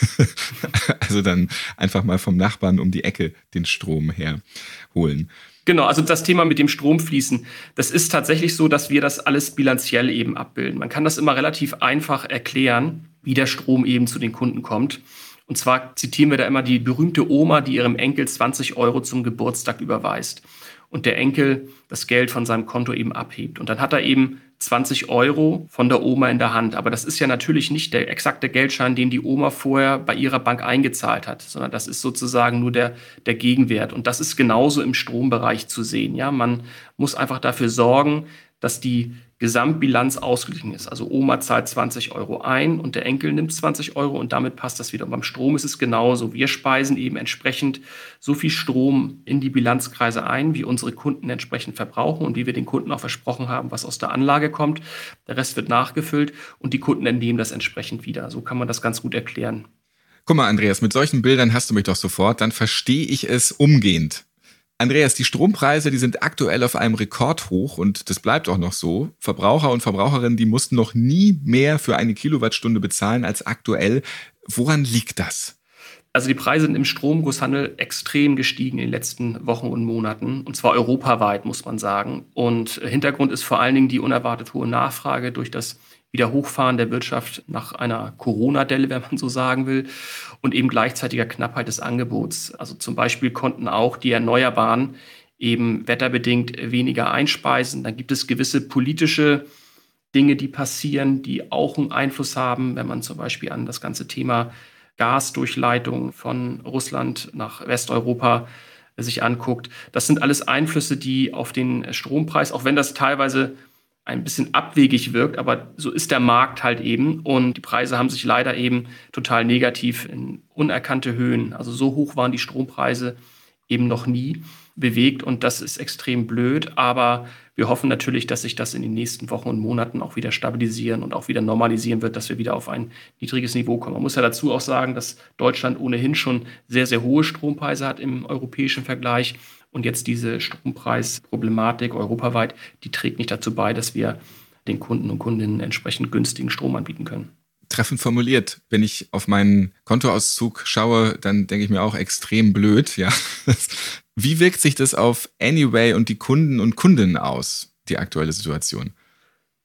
Also dann einfach mal vom Nachbarn um die Ecke den Strom herholen. Genau, also das Thema mit dem Stromfließen, das ist tatsächlich so, dass wir das alles bilanziell eben abbilden. Man kann das immer relativ einfach erklären, wie der Strom eben zu den Kunden kommt. Und zwar zitieren wir da immer die berühmte Oma, die ihrem Enkel 20 € zum Geburtstag überweist. Und der Enkel das Geld von seinem Konto eben abhebt. Und dann hat er eben 20 € von der Oma in der Hand. Aber das ist ja natürlich nicht der exakte Geldschein, den die Oma vorher bei ihrer Bank eingezahlt hat, sondern das ist sozusagen nur der Gegenwert. Und das ist genauso im Strombereich zu sehen. Ja, man muss einfach dafür sorgen, dass die Gesamtbilanz ausgeglichen ist. Also Oma zahlt 20 € ein und der Enkel nimmt 20 € und damit passt das wieder. Und beim Strom ist es genauso. Wir speisen eben entsprechend so viel Strom in die Bilanzkreise ein, wie unsere Kunden entsprechend verbrauchen und wie wir den Kunden auch versprochen haben, was aus der Anlage kommt. Der Rest wird nachgefüllt und die Kunden entnehmen das entsprechend wieder. So kann man das ganz gut erklären. Guck mal, Andreas, mit solchen Bildern hast du mich doch sofort. Dann verstehe ich es umgehend. Andreas, die Strompreise, die sind aktuell auf einem Rekordhoch und das bleibt auch noch so. Verbraucher und Verbraucherinnen, die mussten noch nie mehr für eine Kilowattstunde bezahlen als aktuell. Woran liegt das? Also die Preise sind im Stromgusshandel extrem gestiegen in den letzten Wochen und Monaten, und zwar europaweit, muss man sagen. Und Hintergrund ist vor allen Dingen die unerwartet hohe Nachfrage durch das Wiederhochfahren der Wirtschaft nach einer Corona-Delle, wenn man so sagen will, und eben gleichzeitiger Knappheit des Angebots. Also zum Beispiel konnten auch die Erneuerbaren eben wetterbedingt weniger einspeisen. Dann gibt es gewisse politische Dinge, die passieren, die auch einen Einfluss haben, wenn man zum Beispiel an das ganze Thema Gasdurchleitung von Russland nach Westeuropa sich anguckt. Das sind alles Einflüsse, die auf den Strompreis, auch wenn das teilweise ein bisschen abwegig wirkt, aber so ist der Markt halt eben und die Preise haben sich leider eben total negativ in unerkannte Höhen, also so hoch waren die Strompreise eben noch nie bewegt und das ist extrem blöd, aber wir hoffen natürlich, dass sich das in den nächsten Wochen und Monaten auch wieder stabilisieren und auch wieder normalisieren wird, dass wir wieder auf ein niedriges Niveau kommen. Man muss ja dazu auch sagen, dass Deutschland ohnehin schon sehr, sehr hohe Strompreise hat im europäischen Vergleich. Und jetzt diese Strompreisproblematik europaweit, die trägt nicht dazu bei, dass wir den Kunden und Kundinnen entsprechend günstigen Strom anbieten können. Treffend formuliert. Wenn ich auf meinen Kontoauszug schaue, dann denke ich mir auch extrem blöd. Ja. Wie wirkt sich das auf Anyway und die Kunden und Kundinnen aus, die aktuelle Situation?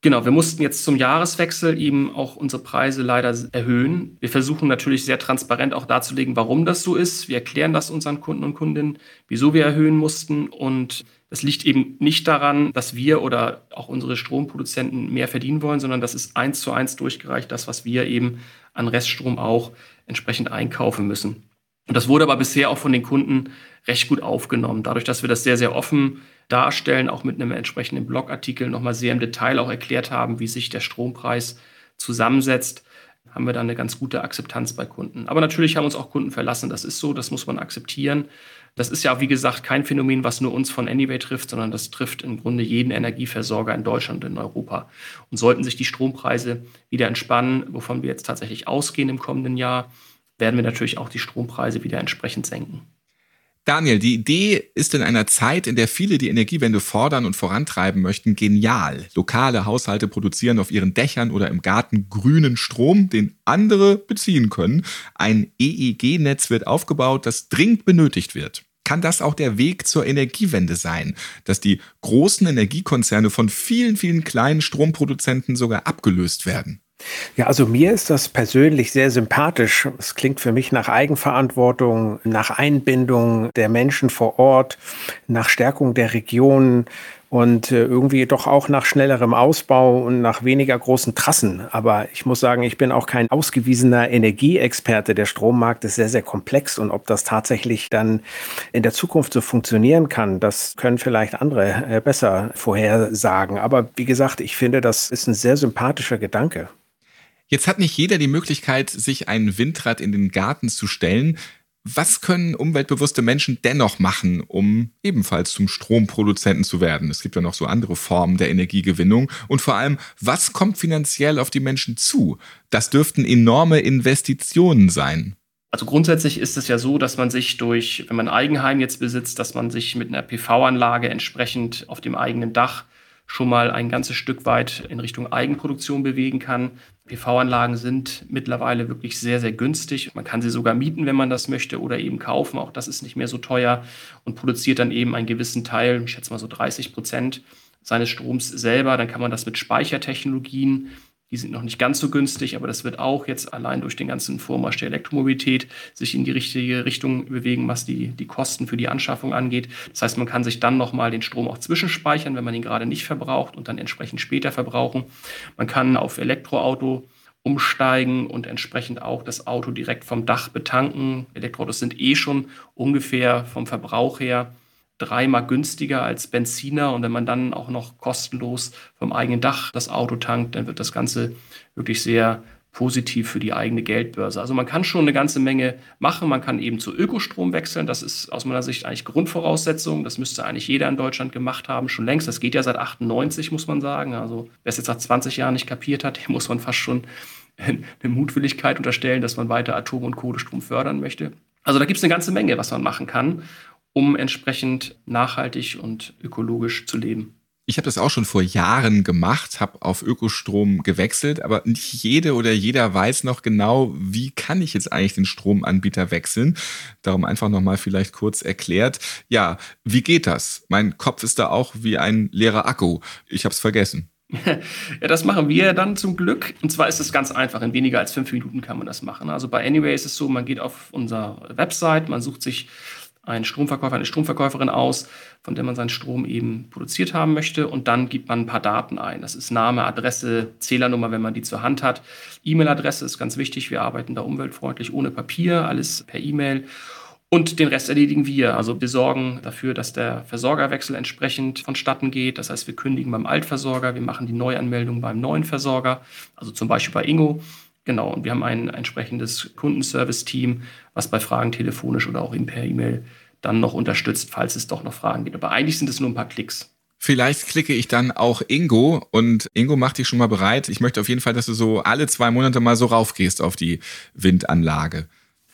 Genau, wir mussten jetzt zum Jahreswechsel eben auch unsere Preise leider erhöhen. Wir versuchen natürlich sehr transparent auch darzulegen, warum das so ist. Wir erklären das unseren Kunden und Kundinnen, wieso wir erhöhen mussten. Und das liegt eben nicht daran, dass wir oder auch unsere Stromproduzenten mehr verdienen wollen, sondern das ist 1:1 durchgereicht, das, was wir eben an Reststrom auch entsprechend einkaufen müssen. Und das wurde aber bisher auch von den Kunden recht gut aufgenommen. Dadurch, dass wir das sehr, sehr offen darstellen, auch mit einem entsprechenden Blogartikel nochmal sehr im Detail auch erklärt haben, wie sich der Strompreis zusammensetzt, haben wir dann eine ganz gute Akzeptanz bei Kunden. Aber natürlich haben uns auch Kunden verlassen. Das ist so, das muss man akzeptieren. Das ist ja, wie gesagt, kein Phänomen, was nur uns von Anyway trifft, sondern das trifft im Grunde jeden Energieversorger in Deutschland und in Europa. Und sollten sich die Strompreise wieder entspannen, wovon wir jetzt tatsächlich ausgehen im kommenden Jahr, werden wir natürlich auch die Strompreise wieder entsprechend senken. Daniel, die Idee ist in einer Zeit, in der viele die Energiewende fordern und vorantreiben möchten, genial. Lokale Haushalte produzieren auf ihren Dächern oder im Garten grünen Strom, den andere beziehen können. Ein EEG-Netz wird aufgebaut, das dringend benötigt wird. Kann das auch der Weg zur Energiewende sein, dass die großen Energiekonzerne von vielen, vielen kleinen Stromproduzenten sogar abgelöst werden? Ja, also mir ist das persönlich sehr sympathisch. Es klingt für mich nach Eigenverantwortung, nach Einbindung der Menschen vor Ort, nach Stärkung der Regionen und irgendwie doch auch nach schnellerem Ausbau und nach weniger großen Trassen. Aber ich muss sagen, ich bin auch kein ausgewiesener Energieexperte. Der Strommarkt ist sehr, sehr komplex und ob das tatsächlich dann in der Zukunft so funktionieren kann, das können vielleicht andere besser vorhersagen. Aber wie gesagt, ich finde, das ist ein sehr sympathischer Gedanke. Jetzt hat nicht jeder die Möglichkeit, sich ein Windrad in den Garten zu stellen. Was können umweltbewusste Menschen dennoch machen, um ebenfalls zum Stromproduzenten zu werden? Es gibt ja noch so andere Formen der Energiegewinnung. Und vor allem, was kommt finanziell auf die Menschen zu? Das dürften enorme Investitionen sein. Also grundsätzlich ist es ja so, dass man sich wenn man ein Eigenheim jetzt besitzt, dass man sich mit einer PV-Anlage entsprechend auf dem eigenen Dach schon mal ein ganzes Stück weit in Richtung Eigenproduktion bewegen kann. PV-Anlagen sind mittlerweile wirklich sehr, sehr günstig. Man kann sie sogar mieten, wenn man das möchte, oder eben kaufen. Auch das ist nicht mehr so teuer und produziert dann eben einen gewissen Teil, ich schätze mal so 30% seines Stroms selber. Dann kann man das mit Speichertechnologien, die sind noch nicht ganz so günstig, aber das wird auch jetzt allein durch den ganzen Vormarsch der Elektromobilität sich in die richtige Richtung bewegen, was die Kosten für die Anschaffung angeht. Das heißt, man kann sich dann nochmal den Strom auch zwischenspeichern, wenn man ihn gerade nicht verbraucht und dann entsprechend später verbrauchen. Man kann auf Elektroauto umsteigen und entsprechend auch das Auto direkt vom Dach betanken. Elektroautos sind schon ungefähr vom Verbrauch her 3-mal günstiger als Benziner. Und wenn man dann auch noch kostenlos vom eigenen Dach das Auto tankt, dann wird das Ganze wirklich sehr positiv für die eigene Geldbörse. Also man kann schon eine ganze Menge machen. Man kann eben zu Ökostrom wechseln. Das ist aus meiner Sicht eigentlich Grundvoraussetzung. Das müsste eigentlich jeder in Deutschland gemacht haben, schon längst. Das geht ja seit 98, muss man sagen. Also wer es jetzt nach 20 Jahren nicht kapiert hat, dem muss man fast schon eine Mutwilligkeit unterstellen, dass man weiter Atom- und Kohlestrom fördern möchte. Also da gibt es eine ganze Menge, was man machen kann, um entsprechend nachhaltig und ökologisch zu leben. Ich habe das auch schon vor Jahren gemacht, habe auf Ökostrom gewechselt, aber nicht jede oder jeder weiß noch genau, wie kann ich jetzt eigentlich den Stromanbieter wechseln. Darum einfach nochmal vielleicht kurz erklärt. Ja, wie geht das? Mein Kopf ist da auch wie ein leerer Akku. Ich habe es vergessen. Ja, das machen wir dann zum Glück. Und zwar ist es ganz einfach. In weniger als 5 Minuten kann man das machen. Also bei Anyway ist es so, man geht auf unsere Website, man sucht sich einen Stromverkäufer, eine Stromverkäuferin aus, von der man seinen Strom eben produziert haben möchte. Und dann gibt man ein paar Daten ein. Das ist Name, Adresse, Zählernummer, wenn man die zur Hand hat. E-Mail-Adresse ist ganz wichtig. Wir arbeiten da umweltfreundlich, ohne Papier, alles per E-Mail. Und den Rest erledigen wir. Also wir sorgen dafür, dass der Versorgerwechsel entsprechend vonstatten geht. Das heißt, wir kündigen beim Altversorger, wir machen die Neuanmeldung beim neuen Versorger, also zum Beispiel bei Ingo. Genau, und wir haben ein entsprechendes Kundenservice-Team, was bei Fragen telefonisch oder auch per E-Mail dann noch unterstützt, falls es doch noch Fragen gibt. Aber eigentlich sind es nur ein paar Klicks. Vielleicht klicke ich dann auch Ingo und Ingo, mach dich schon mal bereit. Ich möchte auf jeden Fall, dass du so alle 2 Monate mal so raufgehst auf die Windanlage.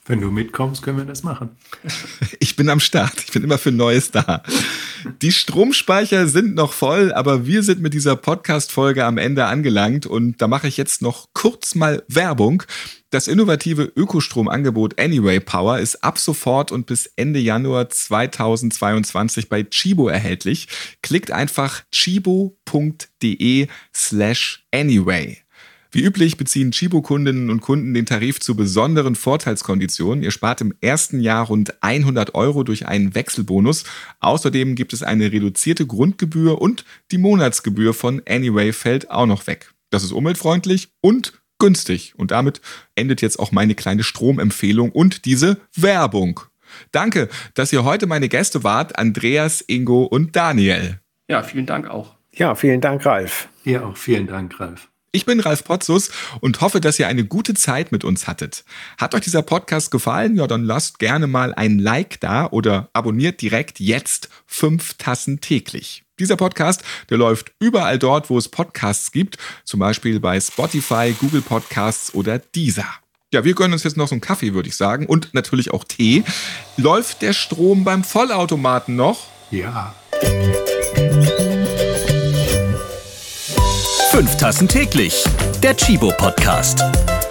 Wenn du mitkommst, können wir das machen. Ich bin am Start. Ich bin immer für Neues da. Die Stromspeicher sind noch voll, aber wir sind mit dieser Podcast-Folge am Ende angelangt und da mache ich jetzt noch kurz mal Werbung. Das innovative Ökostromangebot Anyway Power ist ab sofort und bis Ende Januar 2022 bei Chibo erhältlich. Klickt einfach chibo.de/anyway. Wie üblich beziehen Chibo-Kundinnen und Kunden den Tarif zu besonderen Vorteilskonditionen. Ihr spart im ersten Jahr rund 100 € durch einen Wechselbonus. Außerdem gibt es eine reduzierte Grundgebühr und die Monatsgebühr von Anyway fällt auch noch weg. Das ist umweltfreundlich und günstig. Und damit endet jetzt auch meine kleine Stromempfehlung und diese Werbung. Danke, dass ihr heute meine Gäste wart, Andreas, Ingo und Daniel. Ja, vielen Dank auch. Ja, vielen Dank, Ralf. Ja, auch vielen Dank, Ralf. Ich bin Ralf Potzus und hoffe, dass ihr eine gute Zeit mit uns hattet. Hat euch dieser Podcast gefallen? Ja, dann lasst gerne mal ein Like da oder abonniert direkt jetzt 5 Tassen täglich. Dieser Podcast, der läuft überall dort, wo es Podcasts gibt, zum Beispiel bei Spotify, Google Podcasts oder Deezer. Ja, wir gönnen uns jetzt noch so einen Kaffee, würde ich sagen, und natürlich auch Tee. Läuft der Strom beim Vollautomaten noch? Ja. 5 Tassen täglich, der Chibo Podcast.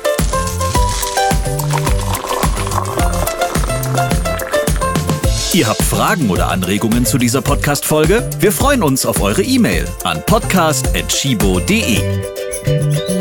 Ihr habt Fragen oder Anregungen zu dieser Podcast-Folge? Wir freuen uns auf eure E-Mail an podcast@chibo.de.